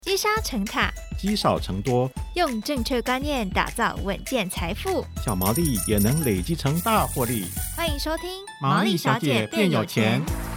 积沙成塔， 积少成多， 用正确观念打造稳健财富， 小毛利也能累积成大获利。 欢迎收听毛利小姐变有钱。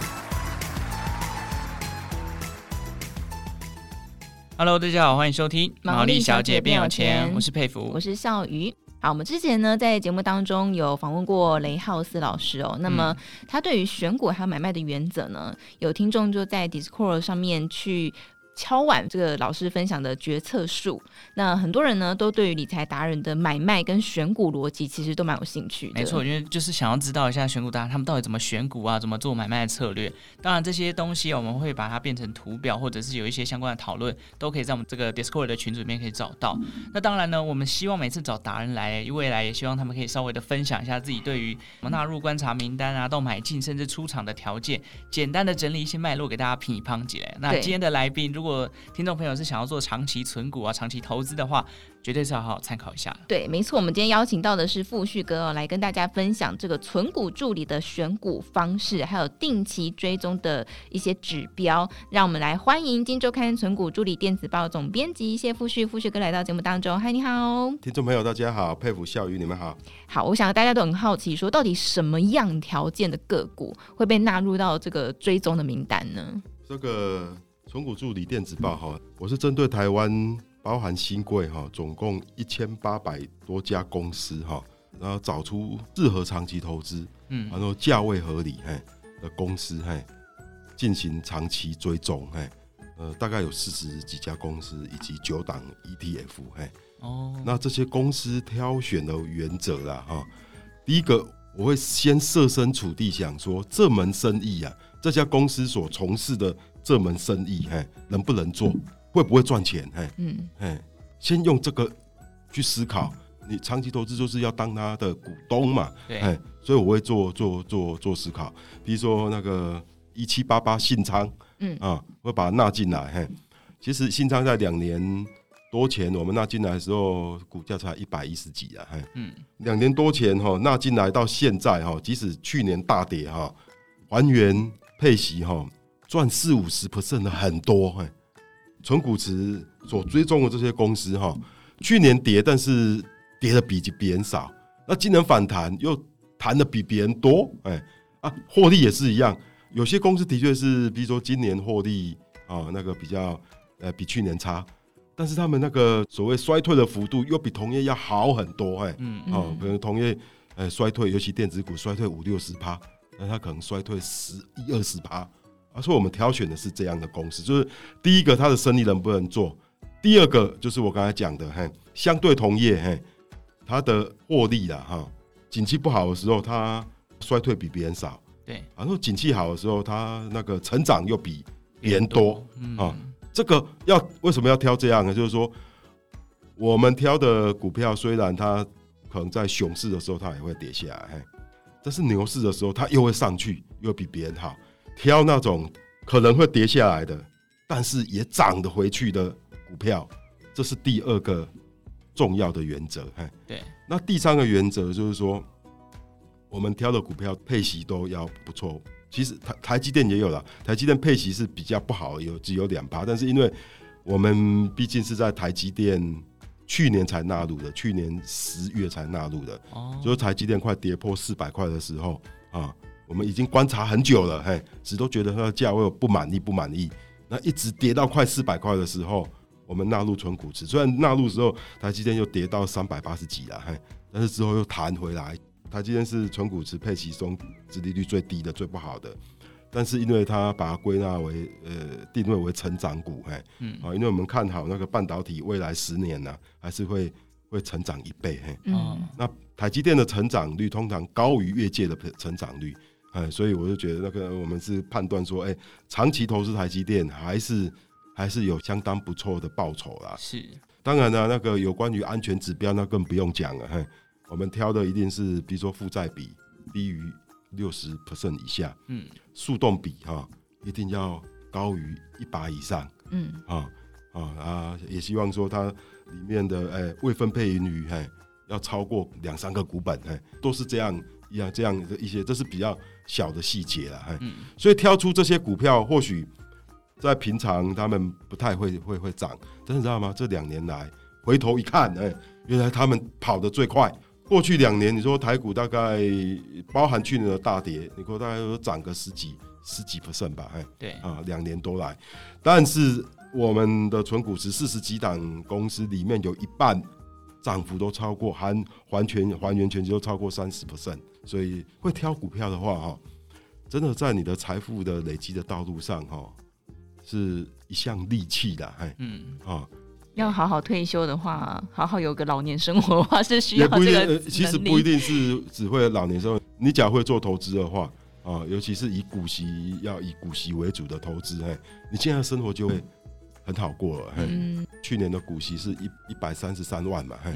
Hello， 大家好，欢迎收听毛利小姐变有钱，我是佩服， 我是笑鱼。好，我们之前呢在节目当中有访问过雷浩斯老师哦，那么他对于选股还有买卖的原则呢，有听众就在 Discord 上面去敲碗这个老师分享的决策树，那很多人呢都对于理财达人的买卖跟选股逻辑其实都蛮有兴趣的。 没错，因为就是想要知道一下选股达人他们到底怎么选股啊，怎么做买卖的策略。当然这些东西我们会把它变成图表，或者是有一些相关的讨论，都可以在我们这个 Discord 的群组里面可以找到。那当然呢，我们希望每次找达人来，未来也希望他们可以稍微的分享一下自己对于纳入观察名单啊，到买进甚至出场的条件，简单的整理一些脉络给大家品乓起来。那今天的来宾，如果听众朋友是想要做长期存股啊、长期投资的话，绝对是要好好参考一下。 对，没错，我们今天邀请到的是富旭哥来跟大家分享这个存股助理的选股方式，还有定期追踪的一些指标。让我们来欢迎今周刊存股助理电子报总编辑谢富旭哥来到节目当中。嗨，你好， 听众朋友大家好，佩服笑语，你们好。 好，我想大家都很好奇说，到底什么样条件的个股会被纳入到这个追踪的名单呢？ 这个存股助理电子报我是针对台湾包含新贵总共1800多家公司然后找出适合长期投资，然后价位合理的公司进行长期追踪，大概有40几家公司以及9档 ETF。那这些公司挑选的原则啦第一个我会先设身处地想说，这门生意啊，这家公司所从事的这门生意能不能做，会不会赚钱，先用这个去思考。你长期投资就是要当他的股东嘛，所以我会做思考。比如说那个1788信昌，会把它纳进来。其实信昌在2年多前我们纳进来的时候，股价才110几啊，2年多前纳进来到现在即使去年大跌还原配息赚40-50% 的很多。存股池所追踪的这些公司去年跌，但是跌的比别人少，那今年反弹又弹的比别人多，获利也是一样。有些公司的确是，比如说今年获利那个比较比去年差，但是他们那个所谓衰退的幅度又比同业要好很多，可能同业衰退，尤其电子股衰退50-60%，那它可能衰退10-20%。所以我们挑选的是这样的公司，就是第一个它的生意能不能做，第二个就是我刚才讲的相对同业它的获利啦景气不好的时候它衰退比别人少，对，然后景气好的时候它那个成长又比别人多这个为什么要挑这样呢？就是说我们挑的股票虽然它可能在熊市的时候它也会跌下来，但是牛市的时候它又会上去，又比别人好。挑那种可能会跌下来的，但是也涨得回去的股票，这是第二个重要的原则。对，那第三个原则就是说，我们挑的股票配息都要不错。其实台积电也有啦，台积电配息是比较不好，只有2%，但是因为我们毕竟是在台积电去年才纳入的，去年10月才纳入的，就是台积电快跌破400块的时候我们已经观察很久了，只都觉得它的价位不满意，那一直跌到快400块的时候，我们纳入存股池。虽然纳入的时候台积电又跌到380几了，但是之后又弹回来。台积电是存股池配息中殖利率最低的、最不好的，但是因为它把它归纳为定位为成长股，因为我们看好那个半导体未来10年还是会成长1倍，那台积电的成长率通常高于业界的成长率。所以我就觉得那个我们是判断说，长期投资台积电还是有相当不错的报酬啦。是，当然呢，那个有关于安全指标那更不用讲了，我们挑的一定是比如说负债比低于60% 以下，速动比一定要高于100以上，也希望说它里面的未分配盈余要超过2-3个股本，都是这样的一些，这是比较小的细节啦。所以挑出这些股票，或许在平常他们不太会涨，但是你知道吗？这2年来回头一看，原来他们跑得最快。过去2年，你说台股大概包含去年的大跌，你说大概都涨个十几%吧， 对啊，2年多来，但是我们的纯股池40几档公司里面有一半涨幅都超过还原权都超过30%，所以会挑股票的话，真的在你的财富的累积的道路上，是一项利器的， 要好好退休的话，好好有个老年生活的话，是需要这个能力。 其实不一定是只会老年生活，你假如会做投资的话，尤其是要以股息为主的投资，你现在生活就会很好过了。去年的股息是133万嘛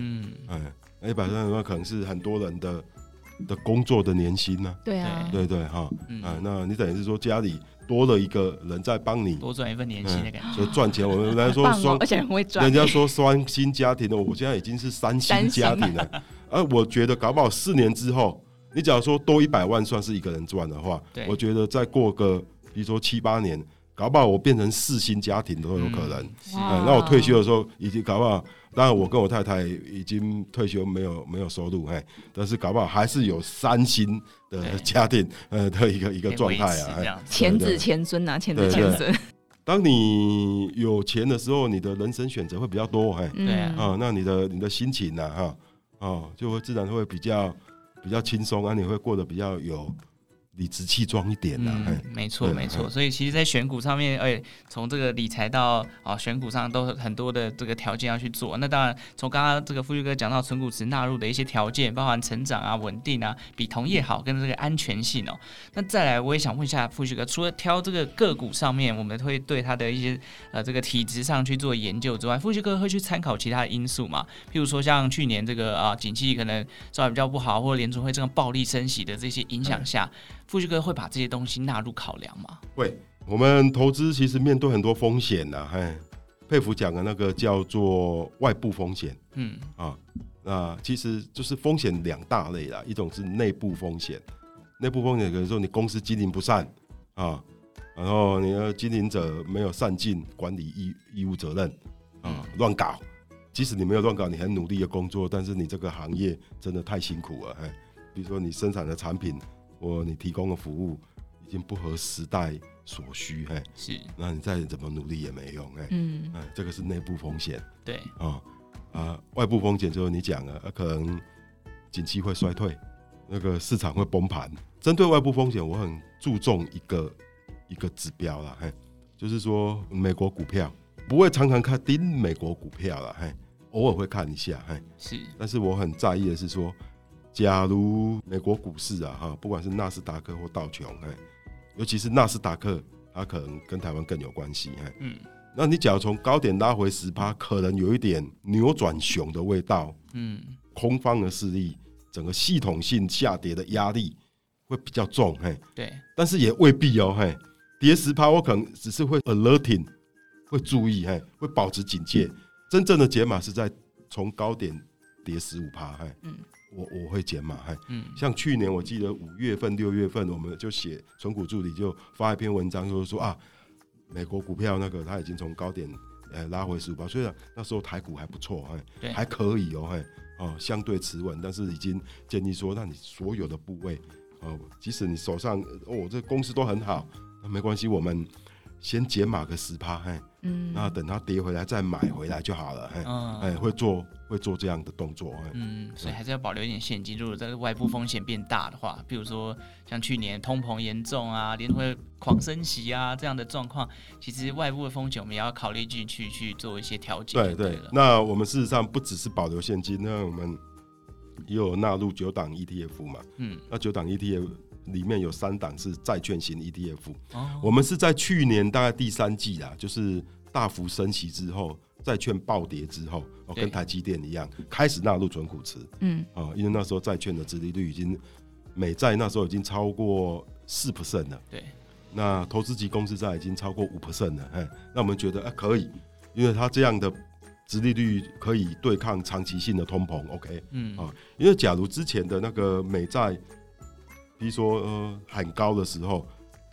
，133万可能是很多人的工作的年薪呢。 对啊， 对那你等于是说家里多了一个人在帮你多赚一份年薪的感觉， 所以赚钱。我们来说而且很会赚。 人家说双薪家庭，我现在已经是3薪家庭了。我觉得搞不好4年之后，你假如说多100万算是一个人赚的话，我觉得再过个比如说7、8年，搞不好我变成4薪家庭都有可能。那我退休的时候已经搞不好，当然我跟我太太已经退休没有收入，但是搞不好还是有3薪的家庭的一个状态啊， 前子前孙啊，前子前孙。 当你有钱的时候，你的人生选择会比较多，那你的心情就会自然会比较轻松，你会过得比较有理直气壮一点没错。所以其实在选股上面，从这个理财到选股上都很多的这个条件要去做。那当然从刚刚这个富旭哥讲到存股池纳入的一些条件，包含成长啊、稳定啊、比同业好跟这个安全性那再来我也想问一下富旭哥，除了挑这个个股上面我们会对它的一些这个体质上去做研究之外，富旭哥会去参考其他的因素嘛？譬如说像去年这个景气可能稍微比较不好，或者联储会这种暴力升息的这些影响下，富旭哥会把这些东西纳入考量吗？ 会，我们投资其实面对很多风险佩服讲的那个叫做外部风险，那其实就是风险2大类啦，一种是内部风险，内部风险可能说你公司经营不善然后你的经营者没有善尽管理义务责任乱搞，即使你没有乱搞，你很努力的工作，但是你这个行业真的太辛苦了，比如说你生产的产品或你提供的服务已经不合时代所需， 是， 那你再怎么努力也没用，这个是内部风险。 对外部风险就是你讲了，可能景气会衰退，那个市场会崩盘。针对外部风险，我很注重一个指标啦，就是说美国股票不会常常看盯美国股票啦，偶尔会看一下， 是， 但是我很在意的是说，假如美国股市不管是纳斯达克或道琼，尤其是纳斯达克，它可能跟台湾更有关系，那你假如从高点拉回10%，可能有一点扭转熊的味道，空方的势力，整个系统性下跌的压力会比较重， 对， 但是也未必跌10%，我可能只是会 alerting， 会注意，会保持警戒。真正的解码是在从高点跌15%，我会减码，像去年我记得5月份、6月份，我们就写存股助理就发一篇文章，就是说美国股票那个它已经从高点拉回15%，虽然那时候台股还不错，还可以相对持稳，但是已经建议说，那你所有的部位即使你手上这公司都很好，那没关系，我们先减码个10%，那等它跌回来再买回来就好了，会做这样的动作， 所以还是要保留一点现金。如果这个外部风险变大的话，比如说像去年通膨严重啊，联储会狂升息啊这样的状况，其实外部的风险我们也要考虑进去做一些调节。对， 那我们事实上不只是保留现金，那我们也有纳入9档 ETF 嘛，那9档 ETF。里面有3档是债券型 ETF，我们是在去年大概第3季啦，就是大幅升息之后，债券暴跌之后，跟台积电一样，开始纳入存股池，因为那时候债券的殖利率已经美债那时候已经超过4% 了， 对， 那投资级公司债已经超过5% 了，那我们觉得可以，因为它这样的殖利率可以对抗长期性的通膨 ，OK，因为假如之前的那个美债比如说很高的时候，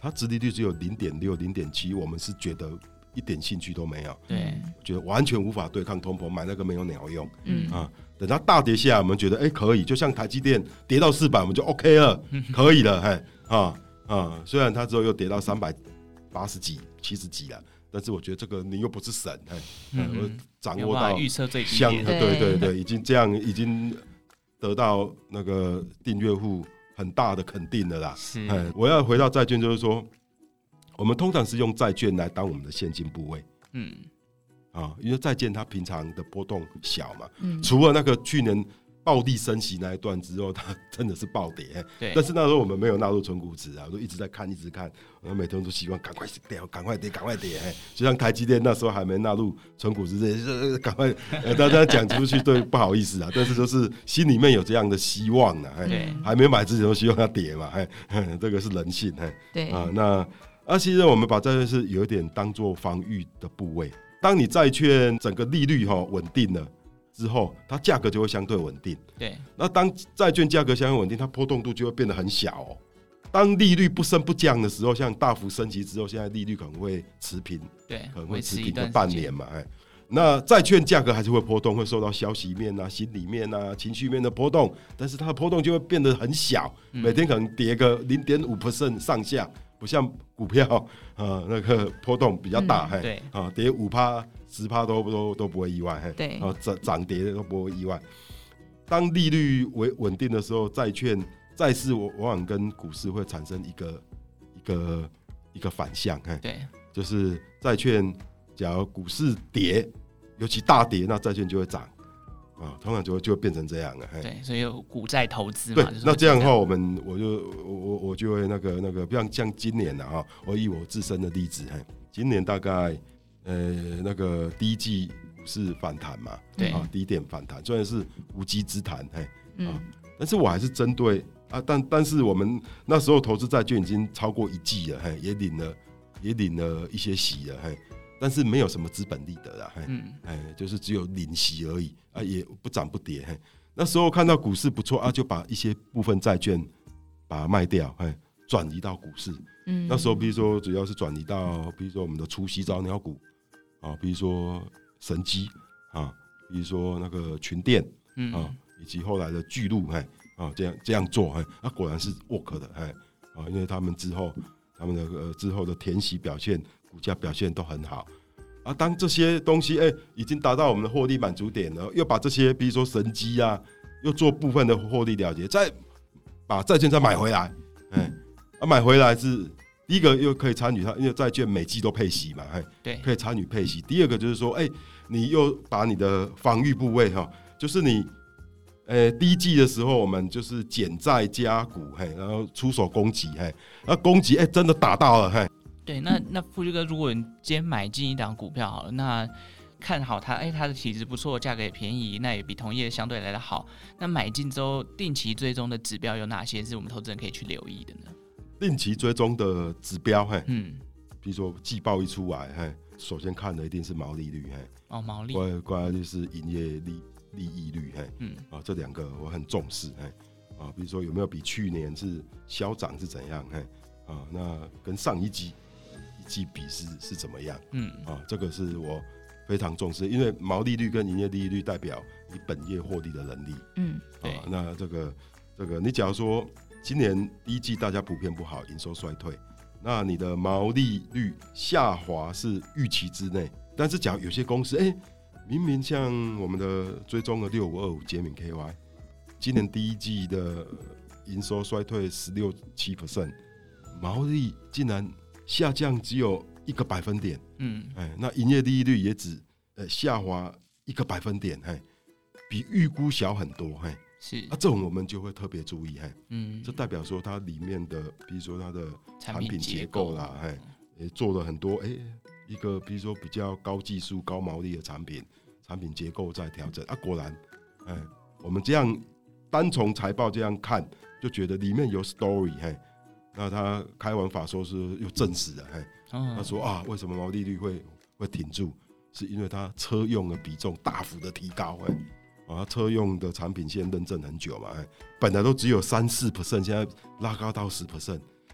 它殖利率只有 0.6、0.7， 我们是觉得一点兴趣都没有， 对， 觉得完全无法对抗通膨，买那个没有鸟用。等它大跌下来，我们觉得可以，就像台积电跌到400，我们就 OK 了，可以了，虽然它之后又跌到380几、70几了，但是我觉得这个你又不是神，我掌握到预测最低点，对，已经这样，已经得到那个订阅户很大的肯定了啦。 是， 我要回到债券，就是说，我们通常是用债券来当我们的现金部位，因为债券它平常的波动小嘛，除了那个去年暴力升息那一段之后，它真的是暴跌， 对。 但是那时候我们没有纳入存股值啊，我都一直在看，然后每天都希望赶快跌，赶快跌，赶快跌。就像台积电那时候还没纳入存股值，赶快大家讲出去，对，不好意思啊，但是就是心里面有这样的希望啊，还没买之前都希望它跌嘛，这个是人性， 对啊，那其实我们把债券是有一点当做防御的部位，当你债券整个利率稳定了之后，它价格就会相对稳定。 对， 那当债券价格相对稳定，它波动度就会变得很小当利率不升不降的时候，像大幅升级之后，现在利率可能会持平， 对， 可能会持平个半年嘛。那债券价格还是会波动，会受到消息面啊、心理面啊、情绪面的波动，但是它的波动就会变得很小，每天可能跌个 0.5% 上下，不像股票那个波动比较大， 对， 跌5%、10%都不会意外， 对， 涨跌都不会意外。当利率稳定的时候，债市往往跟股市会产生一个反向， 对， 就是债券，假如股市跌，尤其大跌，那债券就会涨。通常就会变成这样了， 对，所以有股债投资嘛。 对，那这样的话，我就会那个，像今年啊，我以我自身的例子，今年大概那个第一季股市反弹嘛， 对， 低点反弹，虽然是无稽之谈，但是我还是针对但是我们那时候投资债券已经超过1季了，也领了一些息了，但是没有什么资本利得啦，就是只有领息而已也不涨不跌。那时候看到股市不错就把一些部分债券把它卖掉，转移到股市。那时候比如说主要是转移到比如说我们的除息早鸟股比如说神基比如说那个群电以及后来的巨鹿这样做果然是 work 的因为他们之后的填息表现、股价表现都很好当这些东西已经达到我们的获利满足点了，又把这些比如说神基又做部分的获利了结，再把债券再买回来，买回来是第一个又可以参与它，因为债券每季都配息嘛， 对， 可以参与配息。第二个就是说，你又把你的防御部位就是你第一季的时候我们就是减债加股，然后出手攻击，那攻击真的打到了， 对，那富居哥，如果你今天买进一档股票好了，那看好它，它的体质不错，价格也便宜，那也比同业相对来的好。那买进之后，定期追踪的指标有哪些是我们投资人可以去留意的呢？ 定期追踪的指标，比如说季报一出来，首先看的一定是毛利率， 毛利， 过来就是营业利益率，这两个我很重视，比如说有没有比去年是消长是怎样，那跟上一季比是怎么样？这个是我非常重视，因为毛利率跟营业利益率代表你本业获利的能力。 对， 那这个你假如说今年第一季大家普遍不好，营收衰退，那你的毛利率下滑是预期之内。但是假如有些公司，明明像我们的追踪的6525捷敏 KY， 今年第一季的营收衰退16-17%，毛利竟然下降只有1个百分点，那营业利益率也只下滑1个百分点，比预估小很多， 是这种我们就会特别注意，这代表说它里面的，比如说它的产品结构啦，也做了很多，一个比如说比较高技术、高毛利的产品结构在调整果然，我们这样单从财报这样看，就觉得里面有 story，那他开完法说是又证实了，他说为什么毛利率会挺住，是因为他车用的比重大幅的提高，车用的产品现在认证很久嘛，本来都只有3-4%，现在拉高到10%，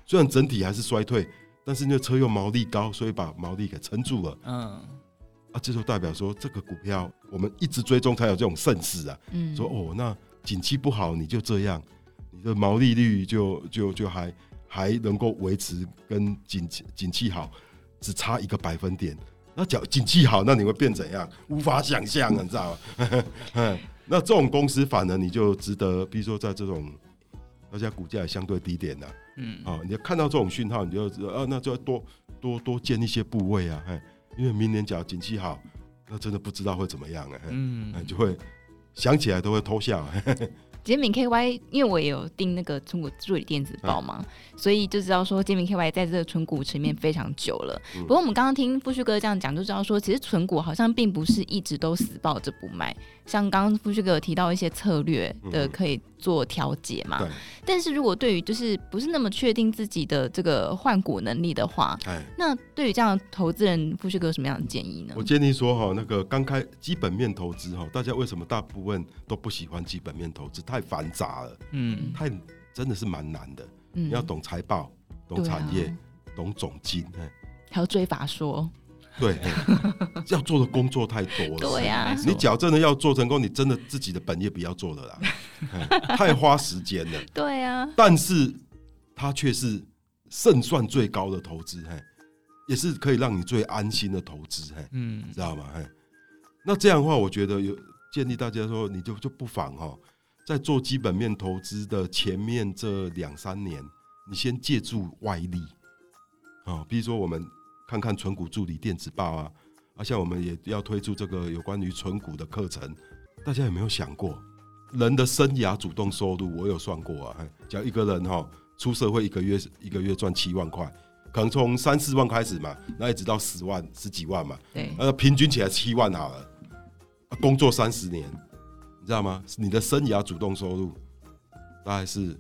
虽然整体还是衰退，但是那车又毛利高，所以把毛利给撑住了。这就代表说这个股票我们一直追踪才有这种盛世啊。说那景气不好你就这样，你的毛利率就还能够维持跟景气好只差1个百分点。那景气好，那你会变怎样？无法想象，你知道吗？那这种公司反而你就值得，比如说在这种大家股价也相对低点啊，你看到这种讯号，你就那就要多建一些部位啊，因为明年假如景气好，那真的不知道会怎么样就会想起来都会偷笑。 杰敏 KY， 因为我也有订那个存股助理电子报嘛，所以就知道说杰敏 KY 在这个存股池里面非常久了。不过我们刚刚听富旭哥这样讲，就知道说其实存股好像并不是一直都死抱着不卖，像刚刚富旭哥有提到一些策略的可以做调节嘛。但是如果对于就是不是那么确定自己的这个换股能力的话，那对于这样的投资人，富旭哥有什么样的建议呢？ 我建议说那个刚开基本面投资大家为什么大部分都不喜欢基本面投资？太繁杂了，真的是蛮难的。你要懂财报，懂产业，懂总经， 还要追法说， 对，要做的工作太多了。 对呀， 你假如真的要做成功，你真的自己的本业不要做了啦，太花时间了。 对呀， 但是它却是胜算最高的投资，也是可以让你最安心的投资，知道吗？那这样的话，我觉得建议大家说，你就不妨在做基本面投资的前面这2-3年，你先借助外力，比如说我们看看存股助理电子报啊，像我们也要推出这个有关于存股的课程。大家有没有想过，人的生涯主动收入，我有算过啊，只要一个人出社会一个月赚7万块，可能从3-4万开始嘛，那一直到10万、10几万嘛，平均起来7万好了，工作30年。你知道吗？你的生涯主动收入大概是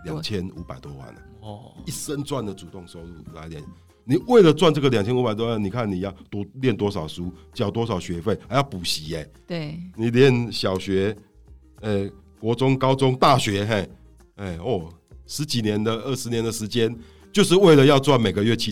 2500多万一生赚的主动收入来点。你为了赚这个2500多万，你看你要念多少书，缴多少学费，还要补习对， 你练小学、国中、高中、大学10几年的、20年的时间，就是为了要赚每个月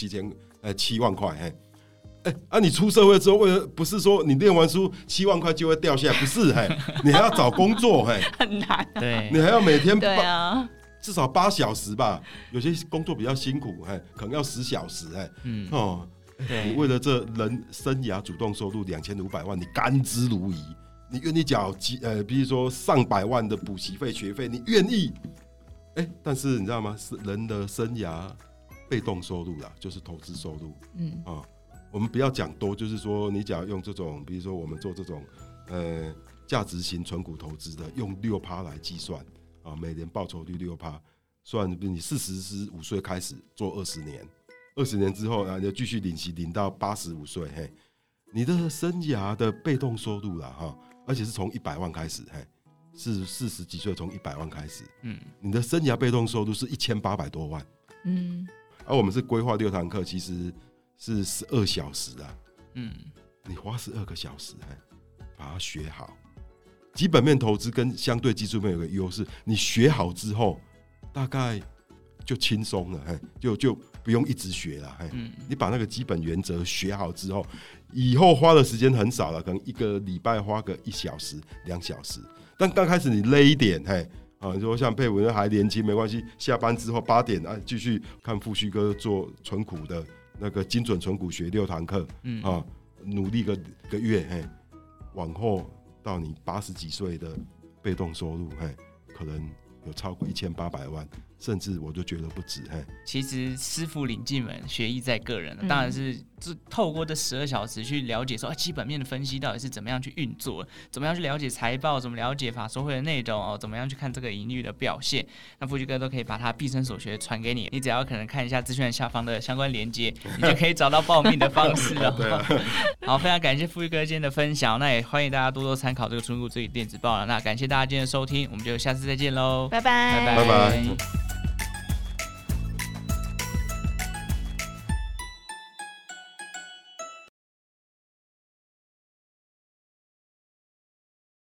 7万块。你出社会之后，为了不是说你念完书7万块就会掉下来，不是，你还要找工作， 很难， 对， 你还要每天至少8小时吧，有些工作比较辛苦，可能要10小时，你为了这人生涯主动收入2500万，你甘之如饴，你愿意缴比如说上百万的补习费、学费，你愿意，但是你知道吗？是人的生涯被动收入啦，就是投资收入，我们不要讲多，就是说你假如用这种，比如说我们做这种价值型存股投资的，用6% 来计算每年报酬率6%，算你45岁开始做20年，20年之后你就继续领息，领到85岁，你的生涯的被动收入啦而且是从100万开始，是40几岁从100万开始，你的生涯被动收入是1800多万，而我们是规划6堂课，其实是12小时啊，你花12个小时把它学好。基本面投资跟相对技术面有个优势，你学好之后大概就轻松了，就不用一直学了，你把那个基本原则学好之后，以后花的时间很少了，可能1个礼拜花个1小时、2小时，但刚开始你累一点，你说像佩文还年轻没关系，下班之后8点继续看富旭哥做存股的那个精准存股学6堂课，努力个月，往后到你80几岁的被动收入，可能有超过1800万，甚至我就觉得不止。 其实师傅领进门，学艺在个人了，当然是透过这12小时去了解说基本面的分析到底是怎么样去运作，怎么样去了解财报，怎么了解法说会的内容，怎么样去看这个盈利的表现。那富旭哥都可以把他毕生所学传给你，你只要可能看一下资讯下方的相关连结，你就可以找到报名的方式了。好，非常感谢富旭哥今天的分享，那也欢迎大家多多参考这个存股助理电子报了。那感谢大家今天的收听，我们就下次再见喽， 拜拜， 拜拜。